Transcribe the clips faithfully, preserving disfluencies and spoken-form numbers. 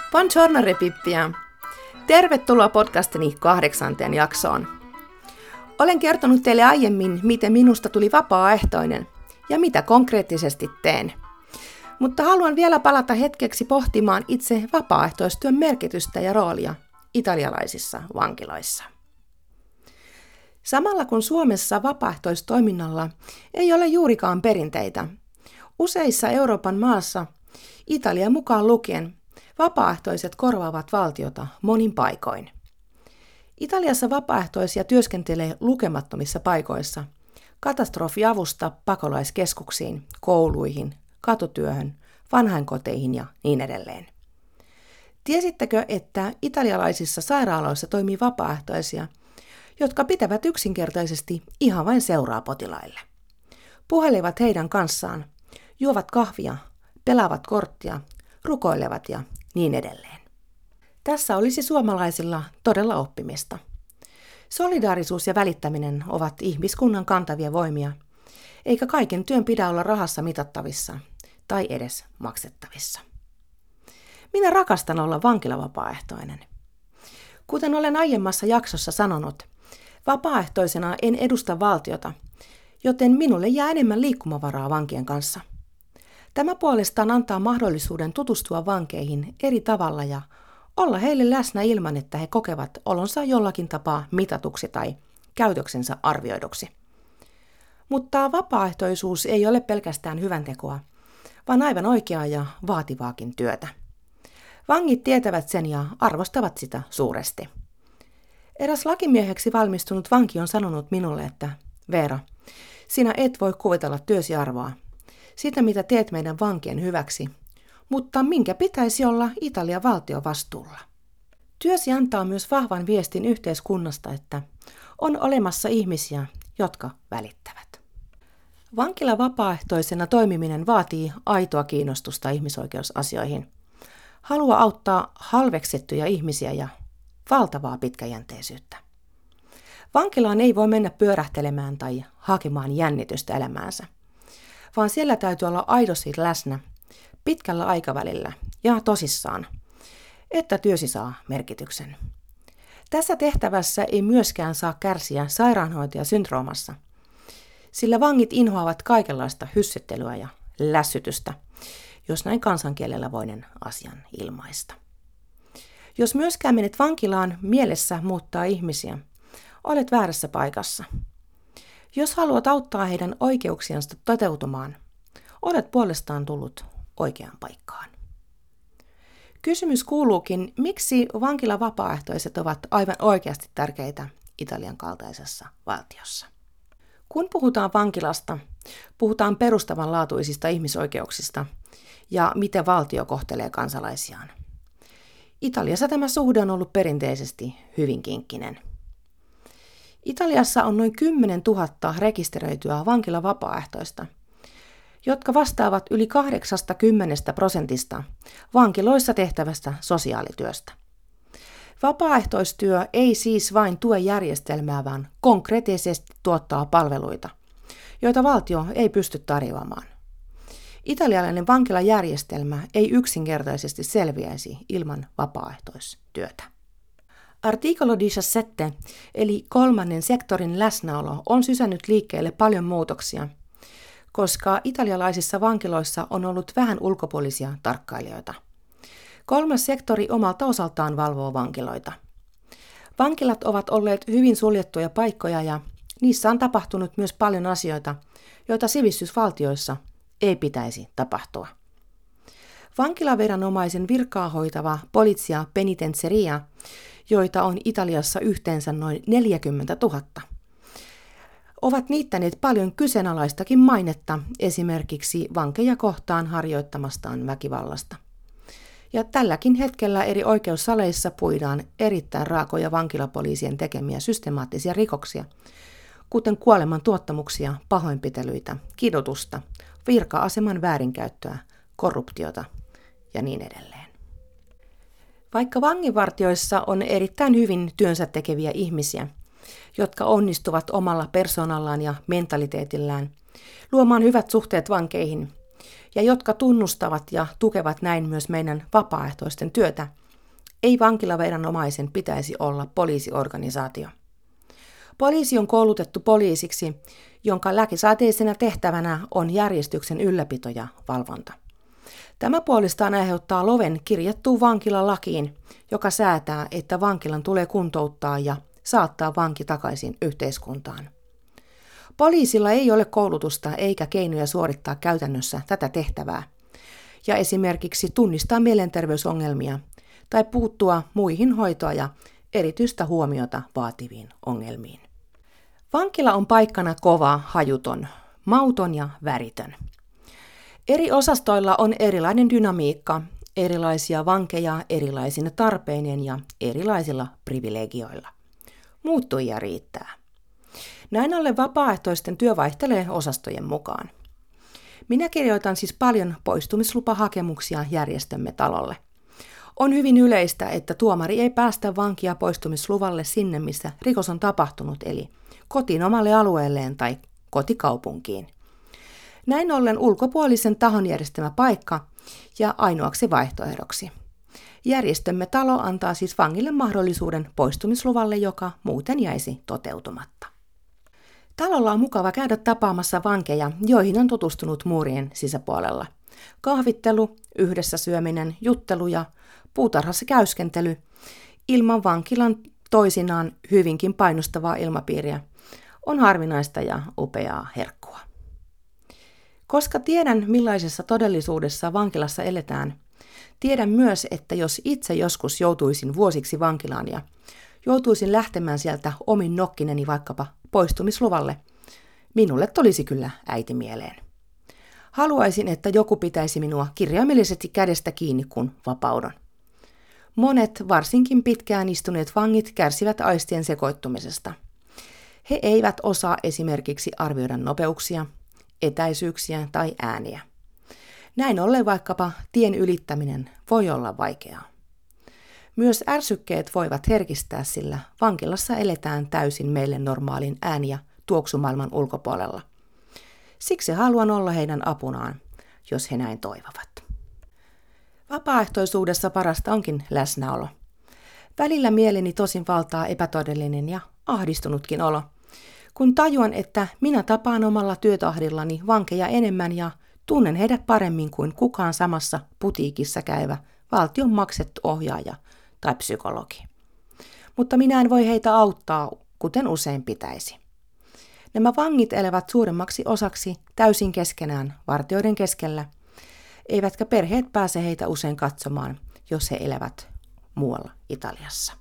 Buongiorno Repippiä! Tervetuloa podcastini kahdeksanteen jaksoon. Olen kertonut teille aiemmin, miten minusta tuli vapaaehtoinen ja mitä konkreettisesti teen. Mutta haluan vielä palata hetkeksi pohtimaan itse vapaaehtoistyön merkitystä ja roolia italialaisissa vankiloissa. Samalla kun Suomessa vapaaehtoistoiminnalla ei ole juurikaan perinteitä, useissa Euroopan maassa, Italia mukaan lukien, vapaaehtoiset korvaavat valtiota monin paikoin. Italiassa vapaaehtoisia työskentelee lukemattomissa paikoissa, katastrofiavusta pakolaiskeskuksiin, kouluihin, katutyöhön, vanhainkoteihin ja niin edelleen. Tiesittekö, että italialaisissa sairaaloissa toimii vapaaehtoisia, jotka pitävät yksinkertaisesti ihan vain seuraa potilaille? Puhelevat heidän kanssaan, juovat kahvia, pelaavat korttia, rukoilevat ja niin edelleen. Tässä olisi suomalaisilla todella oppimista. Solidaarisuus ja välittäminen ovat ihmiskunnan kantavia voimia, eikä kaiken työn pidä olla rahassa mitattavissa tai edes maksettavissa. Minä rakastan olla vankilavapaaehtoinen. Kuten olen aiemmassa jaksossa sanonut, vapaaehtoisena en edusta valtiota, joten minulle jää enemmän liikkumavaraa vankien kanssa. Tämä puolestaan antaa mahdollisuuden tutustua vankeihin eri tavalla ja olla heille läsnä ilman, että he kokevat olonsa jollakin tapaa mitatuksi tai käytöksensä arvioiduksi. Mutta vapaaehtoisuus ei ole pelkästään hyväntekoa, vaan aivan oikeaa ja vaativaakin työtä. Vangit tietävät sen ja arvostavat sitä suuresti. Eräs lakimieheksi valmistunut vanki on sanonut minulle, että Veera, sinä et voi kuvitella työsi arvoa, sitä mitä teet meidän vankien hyväksi, mutta minkä pitäisi olla Italian valtion vastuulla. Työsi antaa myös vahvan viestin yhteiskunnasta, että on olemassa ihmisiä, jotka välittävät. Vankila vapaaehtoisena toimiminen vaatii aitoa kiinnostusta ihmisoikeusasioihin, halua auttaa halveksettuja ihmisiä ja valtavaa pitkäjänteisyyttä. Vankilaan ei voi mennä pyörähtelemään tai hakemaan jännitystä elämäänsä, vaan siellä täytyy olla aidosti läsnä pitkällä aikavälillä ja tosissaan, että työsi saa merkityksen. Tässä tehtävässä ei myöskään saa kärsiä sairaanhoitajasyndroomassa, sillä vangit inhoavat kaikenlaista hyssyttelyä ja lässytystä, jos näin kansankielellä voinen asian ilmaista. Jos myöskään menet vankilaan mielessä muuttaa ihmisiä, olet väärässä paikassa. Jos haluat auttaa heidän oikeuksiansa toteutumaan, olet puolestaan tullut oikeaan paikkaan. Kysymys kuuluukin, miksi vankilavapaaehtoiset ovat aivan oikeasti tärkeitä Italian kaltaisessa valtiossa. Kun puhutaan vankilasta, puhutaan perustavanlaatuisista ihmisoikeuksista ja miten valtio kohtelee kansalaisiaan. Italiassa tämä suhde on ollut perinteisesti hyvin kinkkinen. Italiassa on noin kymmenen tuhatta rekisteröityä vankilavapaaehtoista, jotka vastaavat yli kahdeksankymmentä prosentista vankiloissa tehtävästä sosiaalityöstä. Vapaaehtoistyö ei siis vain tue järjestelmää, vaan konkreettisesti tuottaa palveluita, joita valtio ei pysty tarjoamaan. Italialainen vankilajärjestelmä ei yksinkertaisesti selviäisi ilman vapaaehtoistyötä. Articolo diciassette, eli kolmannen sektorin läsnäolo, on sysännyt liikkeelle paljon muutoksia, koska italialaisissa vankiloissa on ollut vähän ulkopuolisia tarkkailijoita. Kolmas sektori omalta osaltaan valvoo vankiloita. Vankilat ovat olleet hyvin suljettuja paikkoja ja niissä on tapahtunut myös paljon asioita, joita sivistysvaltioissa ei pitäisi tapahtua. Vankilaviranomaisen virkaa hoitava Polizia Penitenziaria, joita on Italiassa yhteensä noin neljäkymmentätuhatta, ovat niittäneet paljon kyseenalaistakin mainetta esimerkiksi vankeja kohtaan harjoittamastaan väkivallasta. Ja tälläkin hetkellä eri oikeussaleissa puidaan erittäin raakoja vankilapoliisien tekemiä systemaattisia rikoksia, kuten kuoleman tuottamuksia, pahoinpitelyitä, kidutusta, virka-aseman väärinkäyttöä, korruptiota ja niin edelleen. Vaikka vanginvartioissa on erittäin hyvin työnsä tekeviä ihmisiä, jotka onnistuvat omalla persoonallaan ja mentaliteetillään luomaan hyvät suhteet vankeihin, ja jotka tunnustavat ja tukevat näin myös meidän vapaaehtoisten työtä, Ei vankilaviranomaisen pitäisi olla poliisiorganisaatio. Poliisi on koulutettu poliisiksi, jonka lakisääteisenä tehtävänä on järjestyksen ylläpito ja valvonta. Tämä puolestaan aiheuttaa loven kirjattuun vankilalakiin, joka säätää, että vankilan tulee kuntouttaa ja saattaa vanki takaisin yhteiskuntaan. Poliisilla ei ole koulutusta eikä keinoja suorittaa käytännössä tätä tehtävää, ja esimerkiksi tunnistaa mielenterveysongelmia tai puuttua muihin hoitoa ja erityistä huomiota vaativiin ongelmiin. Vankila on paikkana kova, hajuton, mauton ja väritön. Eri osastoilla on erilainen dynamiikka, erilaisia vankeja erilaisine tarpeineen ja erilaisilla privilegioilla. Muuttujia riittää. Näin ollen vapaaehtoisten työ vaihtelee osastojen mukaan. Minä kirjoitan siis paljon poistumislupahakemuksia järjestömme talolle. On hyvin yleistä, että tuomari ei päästä vankia poistumisluvalle sinne, missä rikos on tapahtunut, eli kotiin omalle alueelleen tai kotikaupunkiin. Näin ollen ulkopuolisen tahon järjestämä paikka ja ainoaksi vaihtoehdoksi. Järjestömme talo antaa siis vangille mahdollisuuden poistumisluvalle, joka muuten jäisi toteutumatta. Talolla on mukava käydä tapaamassa vankeja, joihin on tutustunut muurien sisäpuolella. Kahvittelu, yhdessä syöminen, juttelu ja puutarhassa käyskentely ilman vankilan toisinaan hyvinkin painostavaa ilmapiiriä on harvinaista ja upeaa herkkua. Koska tiedän, millaisessa todellisuudessa vankilassa eletään, tiedän myös, että jos itse joskus joutuisin vuosiksi vankilaan ja joutuisin lähtemään sieltä omin nokkineni vaikkapa poistumisluvalle, minulle tulisi kyllä äiti mieleen. Haluaisin, että joku pitäisi minua kirjaimellisesti kädestä kiinni, kun vapaudun. Monet, varsinkin pitkään istuneet vangit, kärsivät aistien sekoittumisesta. He eivät osaa esimerkiksi arvioida nopeuksia, etäisyyksiä tai ääniä. Näin ollen vaikkapa tien ylittäminen voi olla vaikeaa. Myös ärsykkeet voivat herkistää, sillä vankilassa eletään täysin meille normaalin ääni- ja tuoksumaailman ulkopuolella. Siksi haluan olla heidän apunaan, jos he näin toivovat. Vapaaehtoisuudessa parasta onkin läsnäolo. Välillä mieleni tosin valtaa epätodellinen ja ahdistunutkin olo, kun tajuan, että minä tapaan omalla työtahdillani vankeja enemmän ja tunnen heidät paremmin kuin kukaan samassa putiikissa käyvä valtion maksettu ohjaaja tai psykologi. Mutta minä en voi heitä auttaa, kuten usein pitäisi. Nämä vangit elävät suuremmaksi osaksi täysin keskenään vartijoiden keskellä, eivätkä perheet pääse heitä usein katsomaan, jos he elävät muualla Italiassa.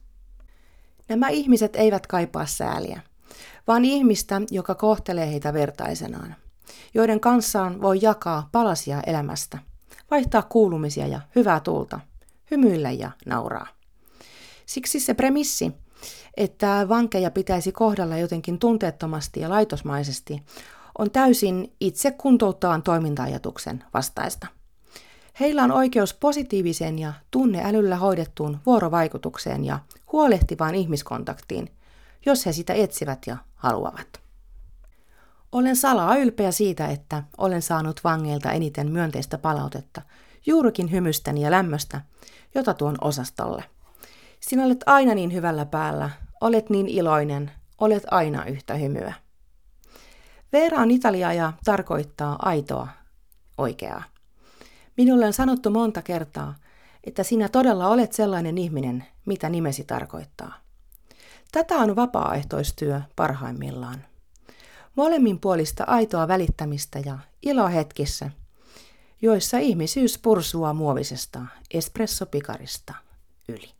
Nämä ihmiset eivät kaipaa sääliä, vaan ihmistä, joka kohtelee heitä vertaisenaan, joiden kanssaan voi jakaa palasia elämästä, vaihtaa kuulumisia ja hyvää tuulta, hymyillä ja nauraa. Siksi se premissi, että vankeja pitäisi kohdella jotenkin tunteettomasti ja laitosmaisesti, on täysin itse kuntouttavan toiminta-ajatuksen vastaista. Heillä on oikeus positiiviseen ja tunneälyllä hoidettuun vuorovaikutukseen ja huolehtivaan ihmiskontaktiin, jos he sitä etsivät ja haluavat. Olen salaa ylpeä siitä, että olen saanut vangeilta eniten myönteistä palautetta, juurikin hymystäni ja lämmöstä, jota tuon osastolle. Sinä olet aina niin hyvällä päällä, olet niin iloinen, olet aina yhtä hymyä. Vera on italiaa ja tarkoittaa aitoa, oikeaa. Minulle on sanottu monta kertaa, että sinä todella olet sellainen ihminen, mitä nimesi tarkoittaa. Tätä on vapaaehtoistyö parhaimmillaan. Molemminpuolista aitoa välittämistä ja ilo hetkissä, joissa ihmisyys pursuaa muovisesta espressopikarista yli.